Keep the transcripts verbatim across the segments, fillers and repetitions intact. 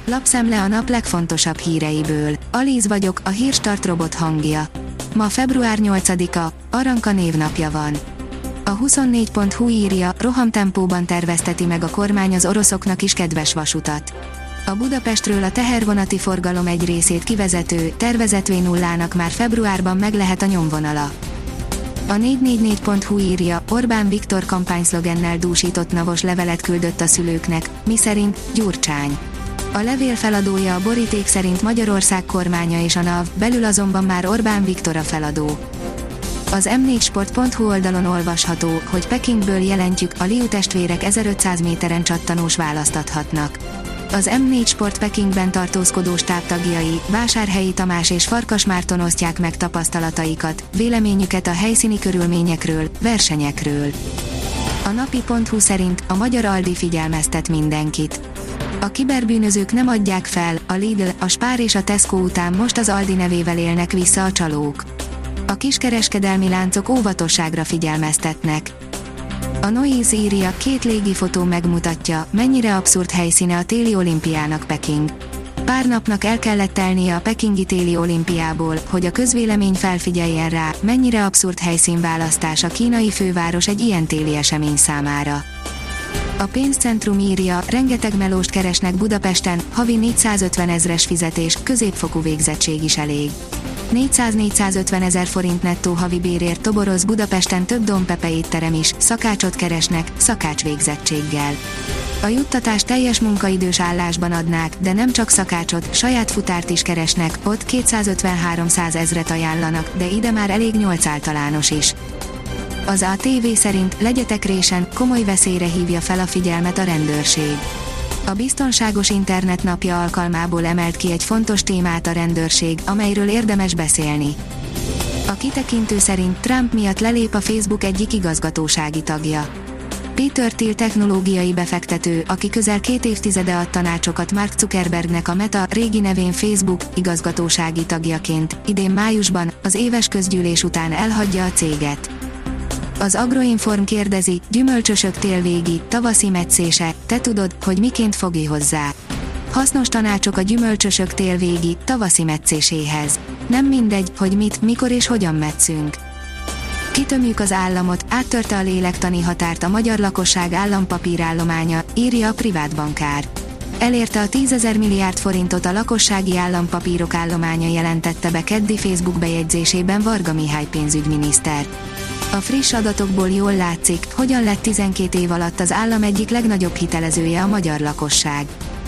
Lapszemle a nap legfontosabb híreiből. Alíz vagyok, a Hírstart robot hangja. Ma február nyolcadika, Aranka névnapja van. A huszonnégy pont hu írja, rohamtempóban tervezteti meg a kormány az oroszoknak is kedves vasutat. A Budapestről a tehervonati forgalom egy részét kivezető, tervezett vé nullának már februárban meg lehet a nyomvonala. A négy négy négy pont hu írja, Orbán Viktor kampányszlogennel dúsított navos levelet küldött a szülőknek, miszerint Gyurcsány. A levél feladója a boríték szerint Magyarország kormánya és a NAV, belül azonban már Orbán Viktor a feladó. Az em négy sport pont hu oldalon olvasható, hogy Pekingből jelentjük, a Liu testvérek ezerötszáz méteren csattanós választathatnak. Az em négy Sport Pekingben tartózkodó stábtagjai, Vásárhelyi Tamás és Farkas Márton osztják meg tapasztalataikat, véleményüket a helyszíni körülményekről, versenyekről. A napi pont hu szerint a magyar Aldi figyelmeztet mindenkit. A kiberbűnözők nem adják fel, a Lidl, a Spar és a Tesco után most az Aldi nevével élnek vissza a csalók. A kiskereskedelmi láncok óvatosságra figyelmeztetnek. A Noise írja, két légifotó megmutatja, mennyire abszurd helyszíne a téli olimpiának Peking. Pár napnak el kellett telnie a pekingi téli olimpiából, hogy a közvélemény felfigyeljen rá, mennyire abszurd helyszínválasztás a kínai főváros egy ilyen téli esemény számára. A pénzcentrum írja, rengeteg melóst keresnek Budapesten, havi négyszázötven ezres fizetés, középfokú végzettség is elég. négyszáz-négyszázötven ezer forint nettó havi bérért toboroz Budapesten több Don Pepe étterem is, szakácsot keresnek, szakács végzettséggel. A juttatást teljes munkaidős állásban adnák, de nem csak szakácsot, saját futárt is keresnek, ott kétszázötven-háromszáz ezret ajánlanak, de ide már elég nyolc általános is. Az á té vé szerint legyetek résen, komoly veszélyre hívja fel a figyelmet a rendőrség. A Biztonságos Internet napja alkalmából emelt ki egy fontos témát a rendőrség, amelyről érdemes beszélni. A kitekintő szerint Trump miatt lelép a Facebook egyik igazgatósági tagja. Peter Thiel technológiai befektető, aki közel két évtizede ad tanácsokat Mark Zuckerbergnek a Meta, régi nevén Facebook, igazgatósági tagjaként, idén májusban, az éves közgyűlés után elhagyja a céget. Az Agroinform kérdezi, gyümölcsösök télvégi, tavaszi metszése, te tudod, hogy miként fogj hozzá. Hasznos tanácsok a gyümölcsösök télvégi, tavaszi metszéséhez. Nem mindegy, hogy mit, mikor és hogyan metszünk. Kitömjük az államot, áttörte a lélektani határt a magyar lakosság állampapírállománya, írja a privát bankár. Elérte a tízezer milliárd forintot a lakossági állampapírok állománya, jelentette be keddi Facebook bejegyzésében Varga Mihály pénzügyminiszter. A friss adatokból jól látszik, hogyan lett tizenkét év alatt az állam egyik legnagyobb hitelezője a magyar lakosság.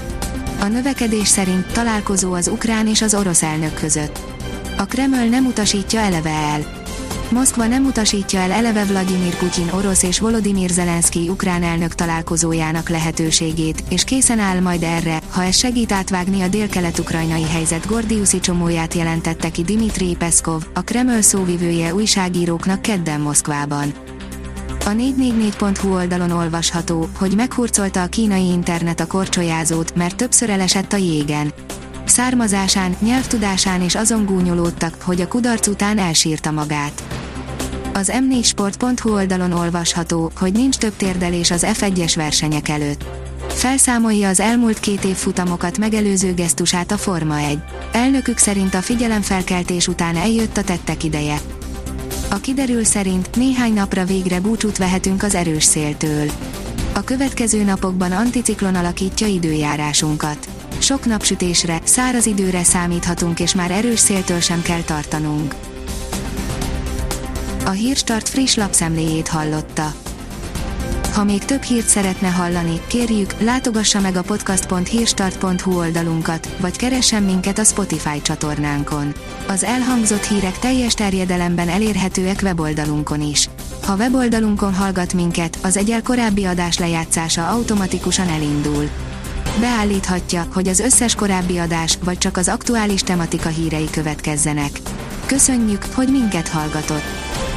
A növekedés szerint találkozó az ukrán és az orosz elnök között. A Kreml nem utasítja eleve el. Moszkva nem utasítja el eleve Vladimir Putyin orosz és Volodymyr Zelenszkij ukrán elnök találkozójának lehetőségét, és készen áll majd erre, ha ez segít átvágni a délkelet-ukrajnai helyzet gordiuszi csomóját, jelentette ki Dmitrij Peszkov, a Kreml szóvivője újságíróknak kedden Moszkvában. A négy négy négy pont hu oldalon olvasható, hogy meghurcolta a kínai internet a korcsolyázót, mert többször elesett a jégen. Származásán, nyelvtudásán és azon gúnyolódtak, hogy a kudarc után elsírta magát. Az em négy sport pont hu oldalon olvasható, hogy nincs több térdelés az ef egyes versenyek előtt. Felszámolja az elmúlt két év futamokat megelőző gesztusát a Forma egy. Elnökük szerint a figyelemfelkeltés után eljött a tettek ideje. A kiderül szerint néhány napra végre búcsút vehetünk az erős széltől. A következő napokban anticiklon alakítja időjárásunkat. Sok napsütésre, száraz időre számíthatunk, és már erős széltől sem kell tartanunk. A Hírstart friss lapszemléjét hallotta. Ha még több hírt szeretne hallani, kérjük, látogassa meg a podcast pont hírstart pont hu oldalunkat, vagy keressen minket a Spotify csatornánkon. Az elhangzott hírek teljes terjedelemben elérhetőek weboldalunkon is. Ha weboldalunkon hallgat minket, az egyel korábbi adás lejátszása automatikusan elindul. Beállíthatja, hogy az összes korábbi adás, vagy csak az aktuális tematika hírei következzenek. Köszönjük, hogy minket hallgatott!